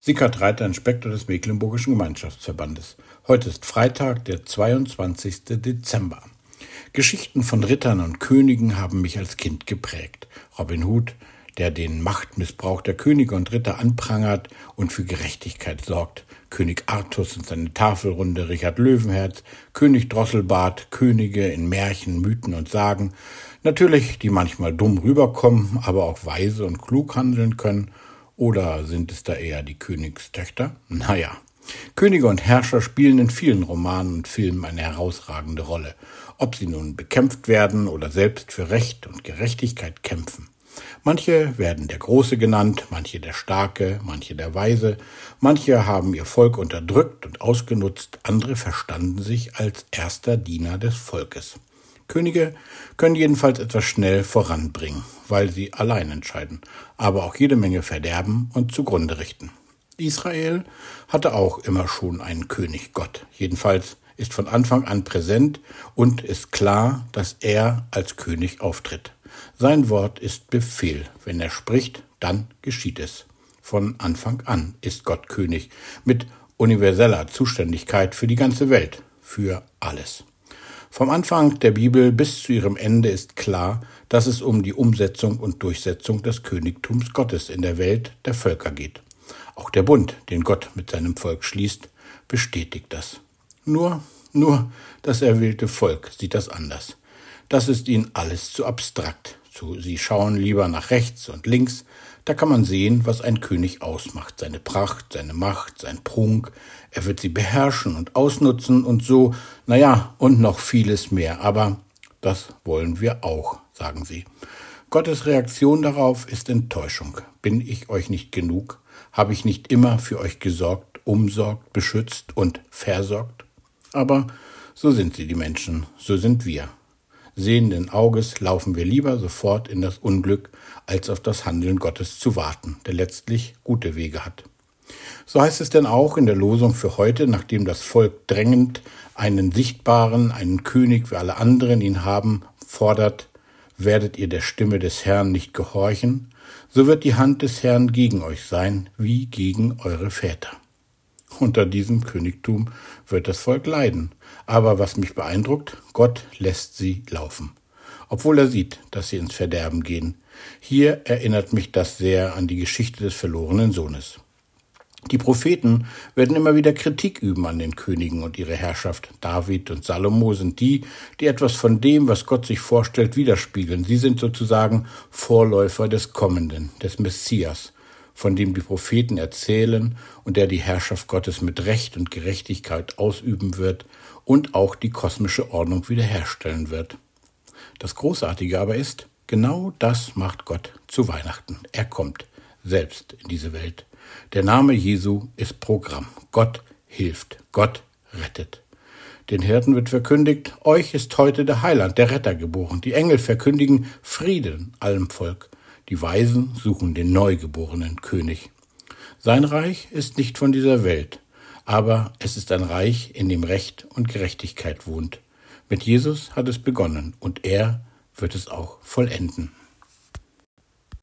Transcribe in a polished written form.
Sickert Reiter, Inspektor des Mecklenburgischen Gemeinschaftsverbandes. Heute ist Freitag, der 22. Dezember. Geschichten von Rittern und Königen haben mich als Kind geprägt. Robin Hood, der den Machtmissbrauch der Könige und Ritter anprangert und für Gerechtigkeit sorgt. König Artus und seine Tafelrunde, Richard Löwenherz, König Drosselbart, Könige in Märchen, Mythen und Sagen. Natürlich, die manchmal dumm rüberkommen, aber auch weise und klug handeln können. Oder sind es da eher die Königstöchter? Naja, Könige und Herrscher spielen in vielen Romanen und Filmen eine herausragende Rolle. Ob sie nun bekämpft werden oder selbst für Recht und Gerechtigkeit kämpfen. Manche werden der Große genannt, manche der Starke, manche der Weise, manche haben ihr Volk unterdrückt und ausgenutzt, andere verstanden sich als erster Diener des Volkes. Könige können jedenfalls etwas schnell voranbringen, weil sie allein entscheiden, aber auch jede Menge verderben und zugrunde richten. Israel hatte auch immer schon einen König Gott. Jedenfalls ist von Anfang an präsent und ist klar, dass er als König auftritt. Sein Wort ist Befehl. Wenn er spricht, dann geschieht es. Von Anfang an ist Gott König mit universeller Zuständigkeit für die ganze Welt, für alles. Vom Anfang der Bibel bis zu ihrem Ende ist klar, dass es um die Umsetzung und Durchsetzung des Königtums Gottes in der Welt der Völker geht. Auch der Bund, den Gott mit seinem Volk schließt, bestätigt das. Nur das erwählte Volk sieht das anders. Das ist ihnen alles zu abstrakt. Sie schauen lieber nach rechts und links. Da kann man sehen, was ein König ausmacht. Seine Pracht, seine Macht, sein Prunk. Er wird sie beherrschen und ausnutzen und so, und noch vieles mehr. Aber das wollen wir auch, sagen sie. Gottes Reaktion darauf ist Enttäuschung. Bin ich euch nicht genug? Habe ich nicht immer für euch gesorgt, umsorgt, beschützt und versorgt? Aber so sind sie, die Menschen, so sind wir. Sehenden Auges laufen wir lieber sofort in das Unglück, als auf das Handeln Gottes zu warten, der letztlich gute Wege hat. So heißt es denn auch in der Losung für heute, nachdem das Volk drängend einen sichtbaren, einen König wie alle anderen ihn haben, fordert: Werdet ihr der Stimme des Herrn nicht gehorchen, so wird die Hand des Herrn gegen euch sein, wie gegen eure Väter. Unter diesem Königtum wird das Volk leiden. Aber was mich beeindruckt, Gott lässt sie laufen, obwohl er sieht, dass sie ins Verderben gehen. Hier erinnert mich das sehr an die Geschichte des verlorenen Sohnes. Die Propheten werden immer wieder Kritik üben an den Königen und ihre Herrschaft. David und Salomo sind die etwas von dem, was Gott sich vorstellt, widerspiegeln. Sie sind sozusagen Vorläufer des Kommenden, des Messias, von dem die Propheten erzählen und der die Herrschaft Gottes mit Recht und Gerechtigkeit ausüben wird und auch die kosmische Ordnung wiederherstellen wird. Das Großartige aber ist, genau das macht Gott zu Weihnachten. Er kommt selbst in diese Welt. Der Name Jesu ist Programm. Gott hilft, Gott rettet. Den Hirten wird verkündigt: Euch ist heute der Heiland, der Retter geboren. Die Engel verkündigen Frieden allem Volk. Die Weisen suchen den neugeborenen König. Sein Reich ist nicht von dieser Welt, aber es ist ein Reich, in dem Recht und Gerechtigkeit wohnt. Mit Jesus hat es begonnen und er wird es auch vollenden.